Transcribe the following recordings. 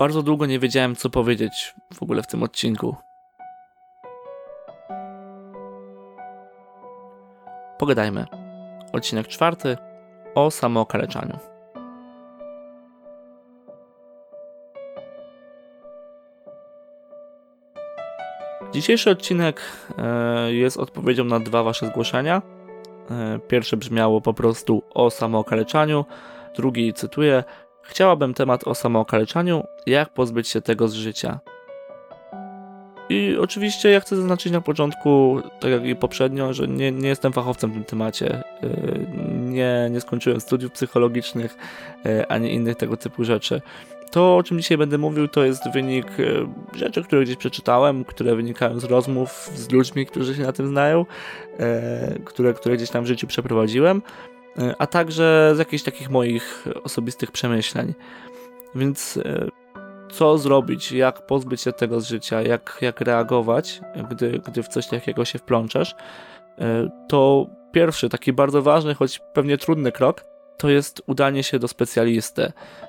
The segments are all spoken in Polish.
Bardzo długo nie wiedziałem, co powiedzieć w ogóle w tym odcinku. Pogadajmy. Odcinek 4 o samookaleczaniu. Dzisiejszy odcinek jest odpowiedzią na 2 wasze zgłoszenia. Pierwsze brzmiało po prostu o samookaleczaniu, drugi, cytuję: chciałabym temat o samookaleczaniu, jak pozbyć się tego z życia. I oczywiście ja chcę zaznaczyć na początku, tak jak i poprzednio, że nie jestem fachowcem w tym temacie. Nie skończyłem studiów psychologicznych, ani innych tego typu rzeczy. To, o czym dzisiaj będę mówił, to jest wynik rzeczy, które gdzieś przeczytałem, które wynikają z rozmów z ludźmi, którzy się na tym znają, które gdzieś tam w życiu przeprowadziłem, a także z jakichś takich moich osobistych przemyśleń. Więc co zrobić, jak pozbyć się tego z życia, jak reagować, gdy w coś takiego się wplączesz, to pierwszy, taki bardzo ważny, choć pewnie trudny krok, to jest udanie się do specjalisty.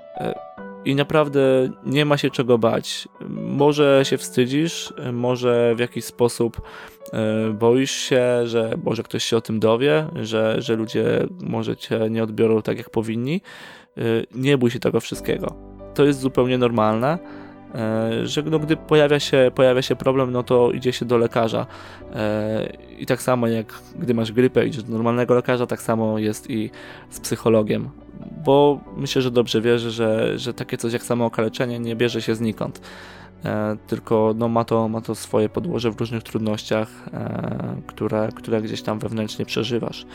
I naprawdę nie ma się czego bać. Może się wstydzisz, może w jakiś sposób boisz się, że może ktoś się o tym dowie, że ludzie może cię nie odbiorą tak, jak powinni. Nie bój się tego wszystkiego. To jest zupełnie normalne, że gdy pojawia się problem, no to idzie się do lekarza. I tak samo jak gdy masz grypę, idziesz do normalnego lekarza, tak samo jest i z psychologiem. Bo myślę, że dobrze wiesz, że takie coś jak samookaleczenie nie bierze się znikąd. Tylko no, ma to swoje podłoże w różnych trudnościach, które gdzieś tam wewnętrznie przeżywasz.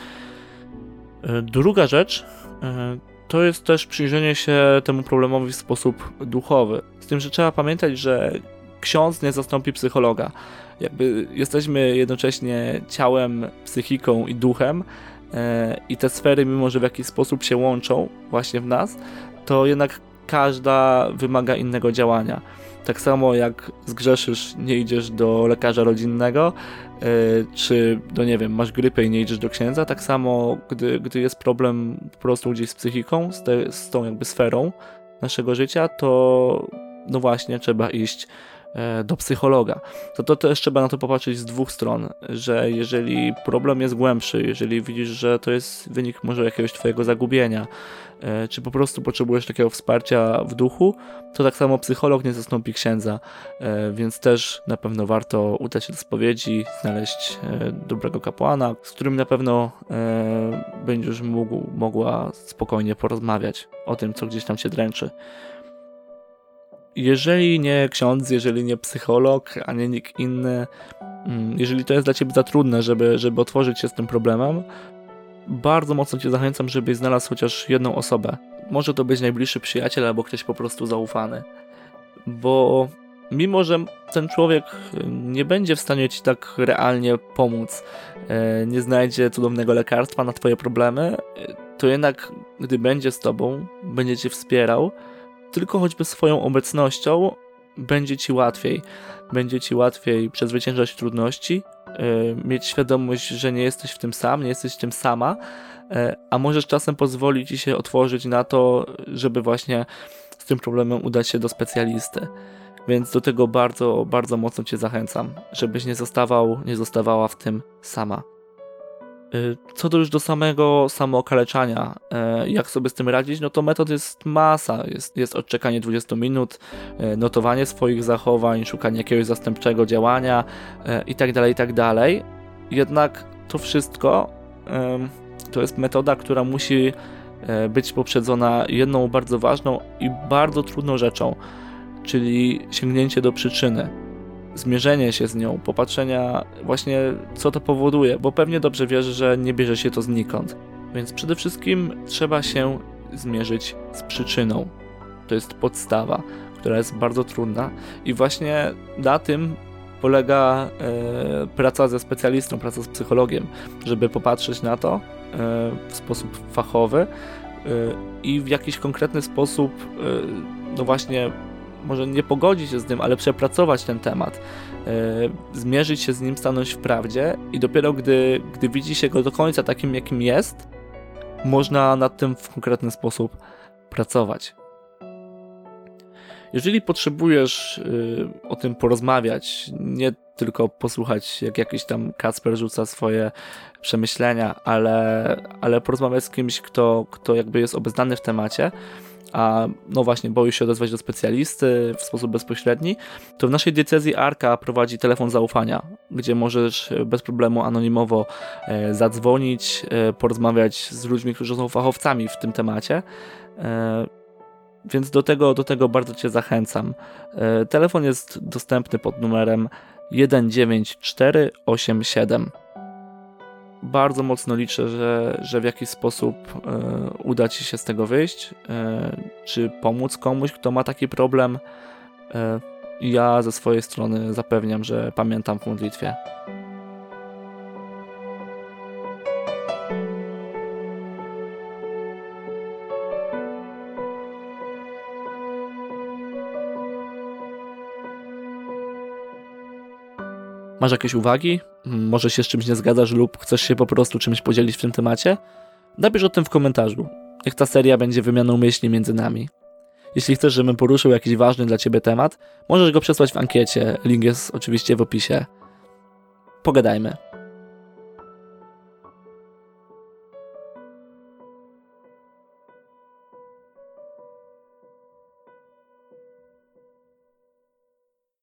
Druga rzecz to jest też przyjrzenie się temu problemowi w sposób duchowy. Z tym, że trzeba pamiętać, że ksiądz nie zastąpi psychologa. Jakby jesteśmy jednocześnie ciałem, psychiką i duchem, i te sfery, mimo że w jakiś sposób się łączą właśnie w nas, to jednak każda wymaga innego działania. Tak samo jak zgrzeszysz, nie idziesz do lekarza rodzinnego, czy masz grypę i nie idziesz do księdza, tak samo gdy jest problem po prostu gdzieś z psychiką, z tą jakby sferą naszego życia, to no właśnie trzeba iść do psychologa. To też trzeba na to popatrzeć z 2 stron, że jeżeli problem jest głębszy, jeżeli widzisz, że to jest wynik może jakiegoś twojego zagubienia, czy po prostu potrzebujesz takiego wsparcia w duchu, to tak samo psycholog nie zastąpi księdza, więc też na pewno warto udać się do spowiedzi, znaleźć dobrego kapłana, z którym na pewno będziesz mogła spokojnie porozmawiać o tym, co gdzieś tam cię dręczy. Jeżeli nie ksiądz, jeżeli nie psycholog, a nie nikt inny, jeżeli to jest dla ciebie za trudne, żeby otworzyć się z tym problemem, bardzo mocno cię zachęcam, żebyś znalazł chociaż jedną osobę. Może to być najbliższy przyjaciel albo ktoś po prostu zaufany. Bo mimo, że ten człowiek nie będzie w stanie ci tak realnie pomóc, nie znajdzie cudownego lekarstwa na twoje problemy, to jednak gdy będzie z tobą, będzie cię wspierał, tylko choćby swoją obecnością będzie ci łatwiej przezwyciężać trudności, mieć świadomość, że nie jesteś w tym sam, nie jesteś w tym sama, a możesz czasem pozwolić ci się otworzyć na to, żeby właśnie z tym problemem udać się do specjalisty. Więc do tego bardzo, bardzo mocno cię zachęcam, żebyś nie zostawała w tym sama. Co do już do samego samookaleczania, jak sobie z tym radzić, no to metod jest masa. Jest odczekanie 20 minut, notowanie swoich zachowań, szukanie jakiegoś zastępczego działania itd. Jednak to wszystko to jest metoda, która musi być poprzedzona jedną bardzo ważną i bardzo trudną rzeczą, czyli sięgnięcie do przyczyny. Zmierzenie się z nią, popatrzenia właśnie co to powoduje, bo pewnie dobrze wiesz, że nie bierze się to znikąd. Więc przede wszystkim trzeba się zmierzyć z przyczyną. To jest podstawa, która jest bardzo trudna i właśnie na tym polega praca ze specjalistą, praca z psychologiem, żeby popatrzeć na to w sposób fachowy i w jakiś konkretny sposób no właśnie może nie pogodzić się z tym, ale przepracować ten temat, zmierzyć się z nim, stanąć w prawdzie i dopiero gdy widzi się go do końca takim, jakim jest, można nad tym w konkretny sposób pracować. Jeżeli potrzebujesz o tym porozmawiać, nie tylko posłuchać, jak jakiś tam Kacper rzuca swoje przemyślenia, ale porozmawiać z kimś, kto jakby jest obeznany w temacie, a no właśnie boi się odezwać do specjalisty w sposób bezpośredni, to w naszej diecezji Arka prowadzi telefon zaufania, gdzie możesz bez problemu anonimowo zadzwonić, porozmawiać z ludźmi, którzy są fachowcami w tym temacie. Więc do tego bardzo Cię zachęcam. Telefon jest dostępny pod numerem 19487. Bardzo mocno liczę, że w jakiś sposób uda Ci się z tego wyjść, czy pomóc komuś, kto ma taki problem. Ja ze swojej strony zapewniam, że pamiętam w modlitwie. Masz jakieś uwagi? Może się z czymś nie zgadzasz lub chcesz się po prostu czymś podzielić w tym temacie? Napisz o tym w komentarzu. Niech ta seria będzie wymianą myśli między nami. Jeśli chcesz, żebym poruszył jakiś ważny dla Ciebie temat, możesz go przesłać w ankiecie. Link jest oczywiście w opisie. Pogadajmy.